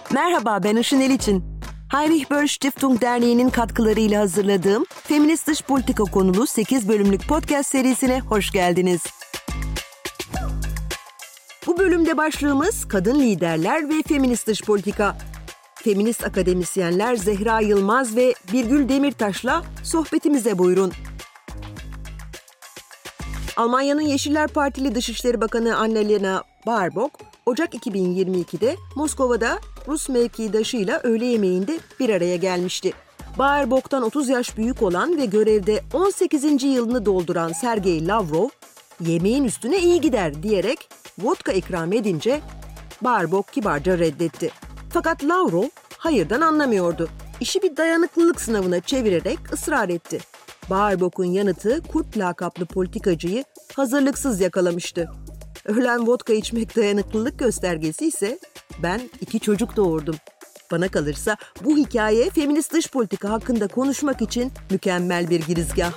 Merhaba, ben Işın Eliçin. Heinrich Böll Stiftung Derneği'nin katkılarıyla hazırladığım Feminist Dış Politika konulu 8 bölümlük podcast serisine hoş geldiniz. Bu bölümde başlığımız kadın liderler ve feminist dış politika. Feminist akademisyenler Zehra Yılmaz ve Birgül Demirtaş'la sohbetimize buyurun. Almanya'nın Yeşiller Partili Dışişleri Bakanı Annalena Baerbock, Ocak 2022'de Moskova'da Rus mevkidaşıyla öğle yemeğinde bir araya gelmişti. Baerbock'tan 30 yaş büyük olan ve görevde 18. yılını dolduran Sergey Lavrov, yemeğin üstüne iyi gider diyerek vodka ikram edince Baerbock kibarca reddetti. Fakat Lavrov hayırdan anlamıyordu. İşi bir dayanıklılık sınavına çevirerek ısrar etti. Baerbock'un yanıtı Kurt lakaplı politikacıyı hazırlıksız yakalamıştı. Öğlen vodka içmek dayanıklılık göstergesi ise ben 2 çocuk doğurdum. Bana kalırsa bu hikaye feminist dış politika hakkında konuşmak için mükemmel bir girizgah.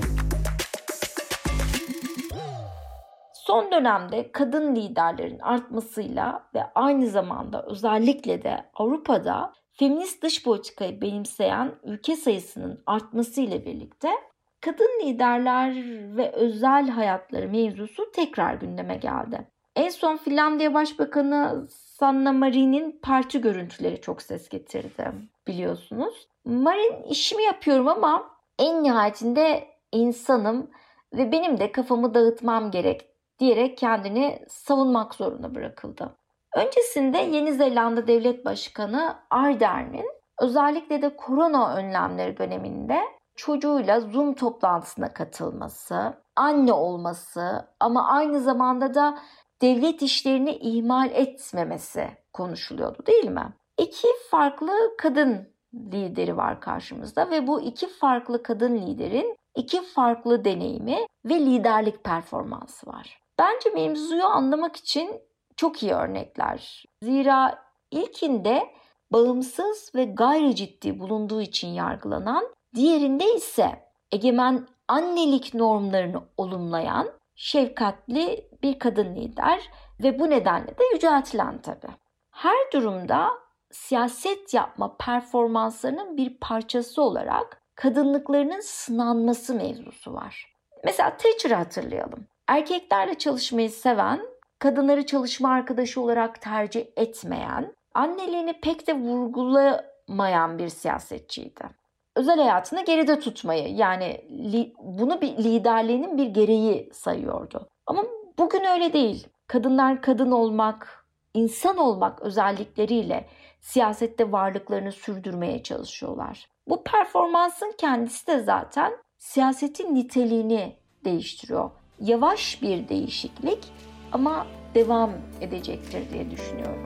Son dönemde kadın liderlerin artmasıyla ve aynı zamanda özellikle de Avrupa'da feminist dış politikayı benimseyen ülke sayısının artmasıyla birlikte kadın liderler ve özel hayatları mevzusu tekrar gündeme geldi. En son Finlandiya Başbakanı Sanna Marin'in parti görüntüleri çok ses getirdi biliyorsunuz. Marin işimi yapıyorum ama en nihayetinde insanım ve benim de kafamı dağıtmam gerek diyerek kendini savunmak zorunda bırakıldı. Öncesinde Yeni Zelanda Devlet Başkanı Ardern'in özellikle de korona önlemleri döneminde çocuğuyla Zoom toplantısına katılması, anne olması ama aynı zamanda da devlet işlerini ihmal etmemesi konuşuluyordu değil mi? 2 farklı kadın lideri var karşımızda ve bu 2 farklı kadın liderin 2 farklı deneyimi ve liderlik performansı var. Bence mevzuyu anlamak için çok iyi örnekler. Zira ilkinde bağımsız ve gayri ciddi bulunduğu için yargılanan, diğerinde ise egemen annelik normlarını olumlayan şefkatli bir kadın lider ve bu nedenle de yüceltilen tabii. Her durumda siyaset yapma performanslarının bir parçası olarak kadınlıklarının sınanması mevzusu var. Mesela Thatcher'ı hatırlayalım. Erkeklerle çalışmayı seven, kadınları çalışma arkadaşı olarak tercih etmeyen, anneliğini pek de vurgulamayan bir siyasetçiydi. Özel hayatını geride tutmayı, yani bunu bir liderliğinin bir gereği sayıyordu. Ama bugün öyle değil. Kadınlar kadın olmak, insan olmak özellikleriyle siyasette varlıklarını sürdürmeye çalışıyorlar. Bu performansın kendisi de zaten siyasetin niteliğini değiştiriyor. Yavaş bir değişiklik ama devam edecektir diye düşünüyorum.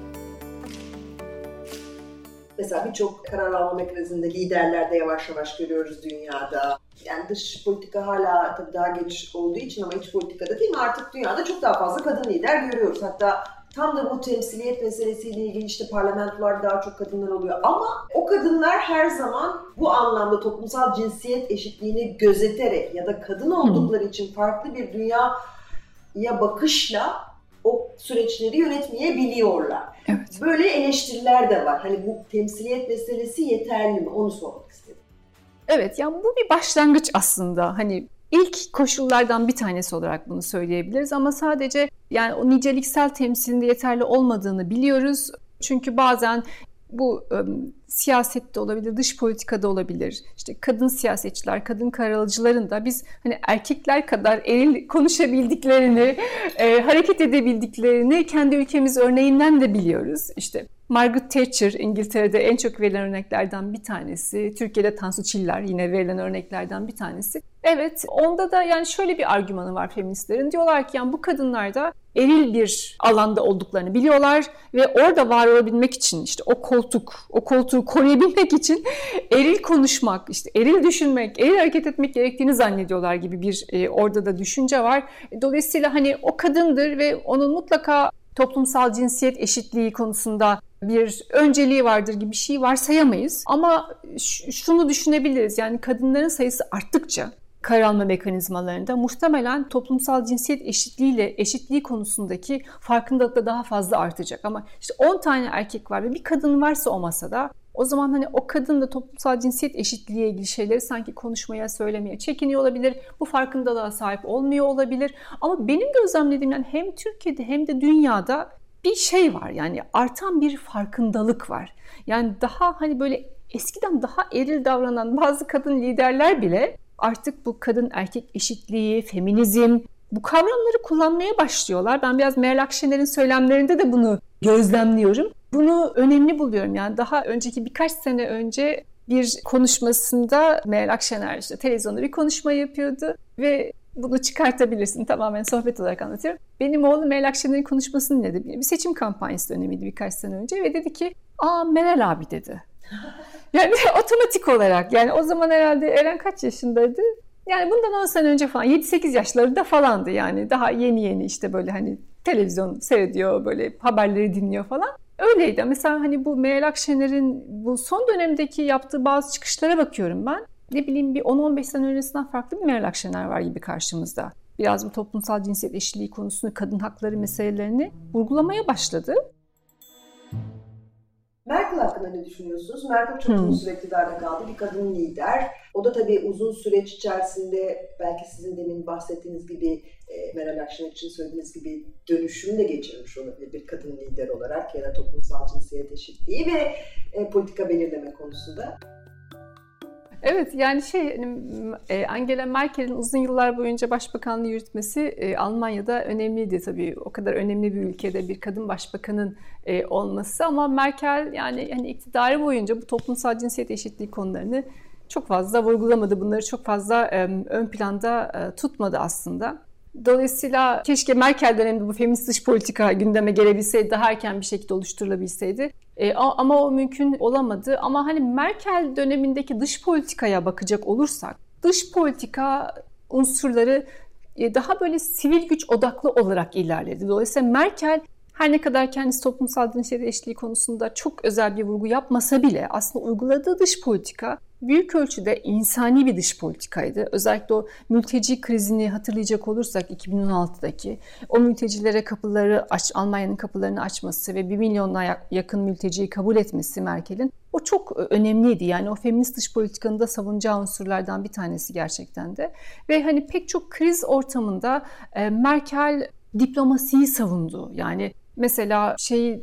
Mesela birçok karar alma mekanizminde liderlerde yavaş yavaş görüyoruz dünyada. Yani dış politika hala tabii daha geç olduğu için ama iç politikada değil mi? Artık dünyada çok daha fazla kadın lider görüyoruz. Hatta tam da bu temsiliyet meselesiyle ilgili işte parlamentolarda daha çok kadınlar oluyor. Ama o kadınlar her zaman bu anlamda toplumsal cinsiyet eşitliğini gözeterek ya da kadın oldukları için farklı bir dünyaya bakışla o süreçleri yönetmeyebiliyorlar. Evet. Böyle eleştiriler de var. Hani bu temsiliyet meselesi yeterli mi? Onu sormak istedim. Evet, yani bu bir başlangıç aslında. Hani ilk koşullardan bir tanesi olarak bunu söyleyebiliriz ama sadece yani o niceliksel temsilin de yeterli olmadığını biliyoruz. Çünkü bazen bu siyasette olabilir, dış politikada olabilir. İşte kadın siyasetçiler, kadın karar alıcıların da biz hani erkekler kadar eril konuşabildiklerini, hareket edebildiklerini kendi ülkemiz örneğinden de biliyoruz. İşte Margaret Thatcher İngiltere'de en çok verilen örneklerden bir tanesi. Türkiye'de Tansu Çiller yine verilen örneklerden bir tanesi. Evet, onda da yani şöyle bir argümanı var feministlerin. Diyorlar ki yani bu kadınlar da eril bir alanda olduklarını biliyorlar ve orada var olabilmek için işte o koltuğu koruyabilmek için eril konuşmak, işte eril düşünmek, eril hareket etmek gerektiğini zannediyorlar gibi bir orada da düşünce var. Dolayısıyla hani o kadındır ve onun mutlaka toplumsal cinsiyet eşitliği konusunda bir önceliği vardır gibi bir şey varsayamayız. Ama şunu düşünebiliriz, yani kadınların sayısı arttıkça karar alma mekanizmalarında muhtemelen toplumsal cinsiyet eşitliğiyle eşitliği konusundaki farkındalık da daha fazla artacak. Ama işte 10 tane erkek var ve bir kadın varsa o masada, o zaman hani o kadın da toplumsal cinsiyet eşitliğiyle ilgili şeyleri sanki konuşmaya, söylemeye çekiniyor olabilir. Bu farkındalığa sahip olmuyor olabilir. Ama benim gözlemlediğim yani hem Türkiye'de hem de dünyada bir şey var. Yani artan bir farkındalık var. Yani daha hani böyle eskiden daha eril davranan bazı kadın liderler bile artık bu kadın erkek eşitliği, feminizm, bu kavramları kullanmaya başlıyorlar. Ben biraz Meral Akşener'in söylemlerinde de bunu gözlemliyorum. Bunu önemli buluyorum. Yani daha önceki birkaç sene önce bir konuşmasında Meral Akşener işte televizyonda bir konuşma yapıyordu ve bunu çıkartabilirsin, tamamen sohbet olarak anlatıyorum. Benim oğlum Meral Akşener'in konuşmasını dinledi. Bir seçim kampanyası dönemiydi birkaç sene önce ve dedi ki Meral abi dedi. Yani otomatik olarak, yani o zaman herhalde Eren kaç yaşındaydı? Yani bundan 10 sene önce falan 7-8 yaşlarında falandı yani. Daha yeni işte böyle hani televizyon seyrediyor, böyle haberleri dinliyor falan. Öyleydi. Mesela hani bu Meral Akşener'in bu son dönemdeki yaptığı bazı çıkışlara bakıyorum ben. Ne bileyim bir 10-15 sene öncesinden farklı bir Meral Akşener var gibi karşımızda. Biraz bu toplumsal cinsiyet eşitliği konusunu, kadın hakları meselelerini vurgulamaya başladı. Merkel hakkında ne düşünüyorsunuz? Merkel çok uzun süre iktidarda kaldı. Bir kadın lider. O da tabii uzun süreç içerisinde belki sizin demin bahsettiğiniz gibi Meral Akşener için söylediğiniz gibi dönüşüm de geçirmiş olabilir bir kadın lider olarak ya da toplumsal cinsiyet eşitliği ve politika belirleme konusunda. Evet, yani Angela Merkel'in uzun yıllar boyunca başbakanlığı yürütmesi Almanya'da önemliydi tabii. O kadar önemli bir ülkede bir kadın başbakanın olması, ama Merkel yani hani iktidarı boyunca bu toplumsal cinsiyet eşitliği konularını çok fazla vurgulamadı. Bunları çok fazla ön planda tutmadı aslında. Dolayısıyla keşke Merkel döneminde bu feminist dış politika gündeme gelebilseydi, daha erken bir şekilde oluşturulabilseydi. Ama o mümkün olamadı. Ama hani Merkel dönemindeki dış politikaya bakacak olursak, dış politika unsurları daha böyle sivil güç odaklı olarak ilerledi. Dolayısıyla Merkel her ne kadar kendisi toplumsal cinsiyet eşitliği konusunda çok özel bir vurgu yapmasa bile aslında uyguladığı dış politika büyük ölçüde insani bir dış politikaydı. Özellikle o mülteci krizini hatırlayacak olursak 2016'daki o mültecilere Almanya'nın kapılarını açması ve 1 milyona yakın mülteciyi kabul etmesi Merkel'in, o çok önemliydi. Yani o feminist dış politikanın da savunacağı unsurlardan bir tanesi gerçekten de. Ve hani pek çok kriz ortamında Merkel diplomasiyi savundu. Yani mesela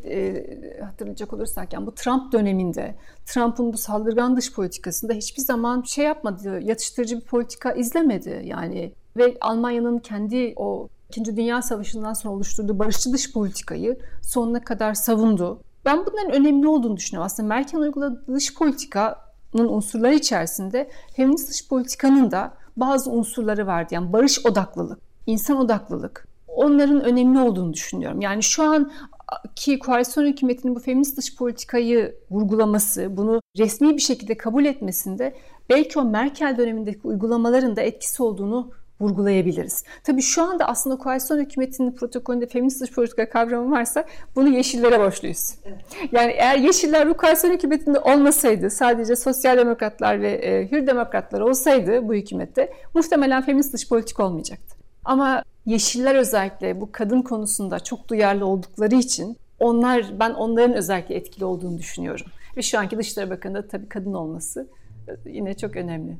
hatırlayacak olursak, yani bu Trump döneminde Trump'ın bu saldırgan dış politikasında hiçbir zaman yapmadı, yatıştırıcı bir politika izlemedi. Yani ve Almanya'nın kendi o 2. Dünya Savaşı'ndan sonra oluşturduğu barışçı dış politikayı sonuna kadar savundu. Ben bunların önemli olduğunu düşünüyorum. Aslında Merkel uyguladığı dış politikanın unsurları içerisinde feminist dış politikanın da bazı unsurları vardı. Yani barış odaklılık, insan odaklılık, onların önemli olduğunu düşünüyorum. Yani şu anki koalisyon hükümetinin bu feminist dış politikayı vurgulaması, bunu resmi bir şekilde kabul etmesinde belki o Merkel dönemindeki uygulamaların da etkisi olduğunu vurgulayabiliriz. Tabii şu anda aslında koalisyon hükümetinin protokolünde feminist dış politika kavramı varsa bunu Yeşillere borçluyuz. Evet. Yani eğer Yeşiller bu koalisyon hükümetinde olmasaydı, sadece sosyal demokratlar ve hür demokratlar olsaydı bu hükümette, muhtemelen feminist dış politika olmayacaktı. Ama Yeşiller özellikle bu kadın konusunda çok duyarlı oldukları için ben onların özellikle etkili olduğunu düşünüyorum. Ve şu anki Dışişleri Bakanı'nda tabii kadın olması yine çok önemli.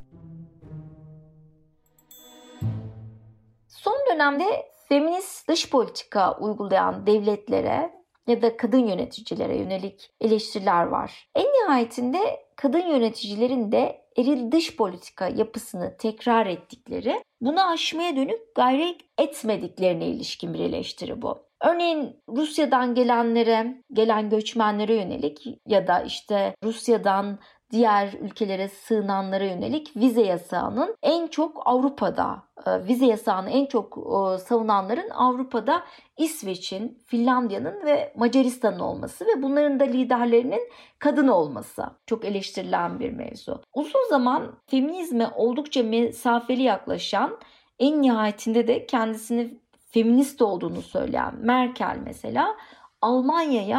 Son dönemde feminist dış politika uygulayan devletlere ya da kadın yöneticilere yönelik eleştiriler var. En nihayetinde kadın yöneticilerin de eril dış politika yapısını tekrar ettikleri, bunu aşmaya dönük gayret etmediklerine ilişkin bir eleştiri bu. Örneğin Rusya'dan gelen göçmenlere yönelik ya da işte Rusya'dan diğer ülkelere sığınanlara yönelik vize yasağını en çok savunanların Avrupa'da İsveç'in, Finlandiya'nın ve Macaristan'ın olması ve bunların da liderlerinin kadın olması çok eleştirilen bir mevzu. Uzun zaman feminizme oldukça mesafeli yaklaşan, en nihayetinde de kendisini feminist olduğunu söyleyen Merkel mesela Almanya'ya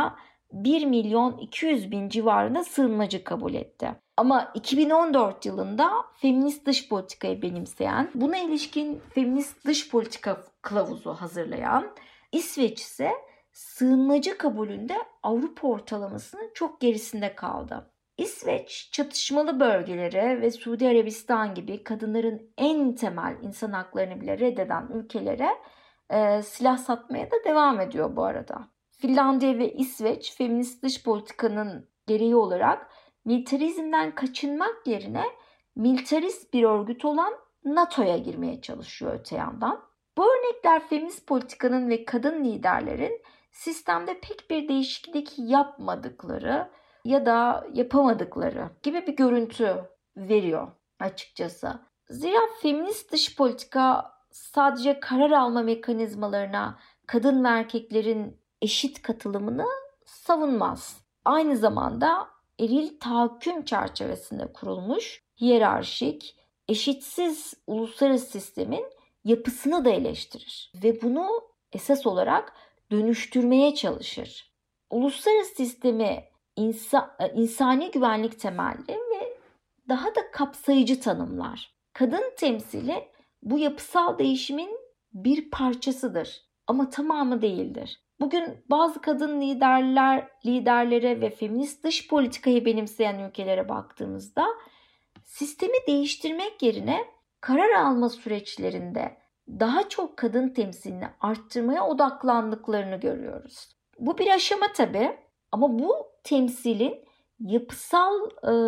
1.200.000 civarında sığınmacı kabul etti. Ama 2014 yılında feminist dış politikayı benimseyen, buna ilişkin feminist dış politika kılavuzu hazırlayan İsveç ise sığınmacı kabulünde Avrupa ortalamasının çok gerisinde kaldı. İsveç, çatışmalı bölgelere ve Suudi Arabistan gibi kadınların en temel insan haklarını bile reddeden ülkelere silah satmaya da devam ediyor bu arada. Finlandiya ve İsveç, feminist dış politikanın gereği olarak militarizmden kaçınmak yerine militarist bir örgüt olan NATO'ya girmeye çalışıyor öte yandan. Bu örnekler feminist politikanın ve kadın liderlerin sistemde pek bir değişiklik yapmadıkları ya da yapamadıkları gibi bir görüntü veriyor açıkçası. Zira feminist dış politika sadece karar alma mekanizmalarına kadın ve erkeklerin eşit katılımını savunmaz. Aynı zamanda eril tahakküm çerçevesinde kurulmuş hiyerarşik, eşitsiz uluslararası sistemin yapısını da eleştirir ve bunu esas olarak dönüştürmeye çalışır. Uluslararası sistemi insani güvenlik temelli ve daha da kapsayıcı tanımlar. Kadın temsili bu yapısal değişimin bir parçasıdır ama tamamı değildir. Bugün bazı kadın liderlere ve feminist dış politikayı benimseyen ülkelere baktığımızda sistemi değiştirmek yerine karar alma süreçlerinde daha çok kadın temsilini arttırmaya odaklandıklarını görüyoruz. Bu bir aşama tabii ama bu temsilin yapısal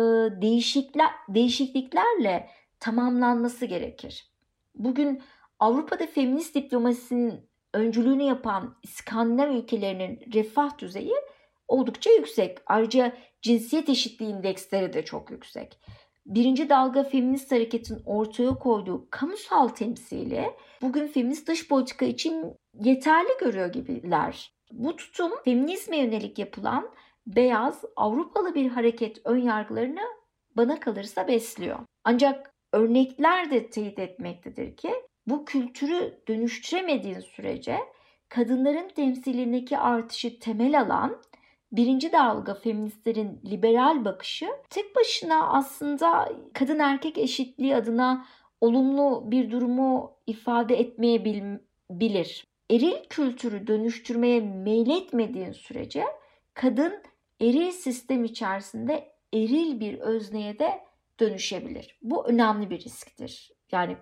değişikliklerle tamamlanması gerekir. Bugün Avrupa'da feminist diplomasinin öncülüğünü yapan İskandinav ülkelerinin refah düzeyi oldukça yüksek. Ayrıca cinsiyet eşitliği indeksleri de çok yüksek. Birinci dalga feminist hareketin ortaya koyduğu kamusal temsili bugün feminist dış politika için yeterli görüyor gibiler. Bu tutum feminizme yönelik yapılan beyaz Avrupalı bir hareket önyargılarını bana kalırsa besliyor. Ancak örnekler de teyit etmektedir ki bu kültürü dönüştüremediğin sürece kadınların temsilindeki artışı temel alan birinci dalga feministlerin liberal bakışı tek başına aslında kadın erkek eşitliği adına olumlu bir durumu ifade etmeyebilir. Eril kültürü dönüştürmeye meyletmediğin sürece kadın eril sistem içerisinde eril bir özneye de dönüşebilir. Bu önemli bir risktir. Yani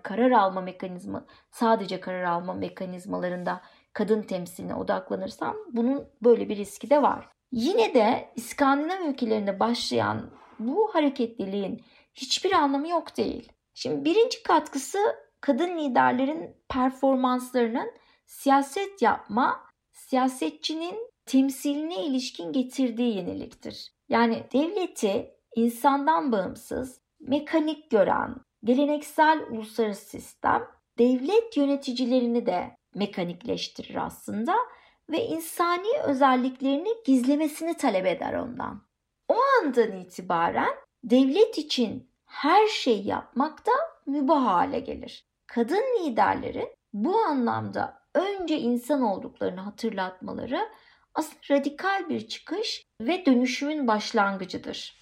sadece karar alma mekanizmalarında kadın temsiline odaklanırsam bunun böyle bir riski de var. Yine de İskandinav ülkelerinde başlayan bu hareketliliğin hiçbir anlamı yok değil. Şimdi birinci katkısı kadın liderlerin performanslarının siyaset yapma, siyasetçinin temsiline ilişkin getirdiği yeniliktir. Yani devleti insandan bağımsız, mekanik gören, geleneksel uluslararası sistem devlet yöneticilerini de mekanikleştirir aslında ve insani özelliklerini gizlemesini talep eder ondan. O andan itibaren devlet için her şeyi yapmak da mübah hale gelir. Kadın liderlerin bu anlamda önce insan olduklarını hatırlatmaları aslında radikal bir çıkış ve dönüşümün başlangıcıdır.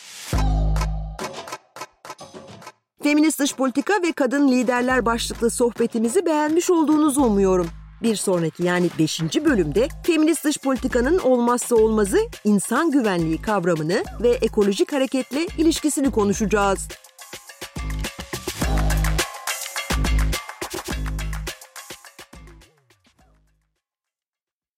Feminist dış politika ve kadın liderler başlıklı sohbetimizi beğenmiş olduğunuzu umuyorum. Bir sonraki yani 5. bölümde feminist dış politikanın olmazsa olmazı insan güvenliği kavramını ve ekolojik hareketle ilişkisini konuşacağız.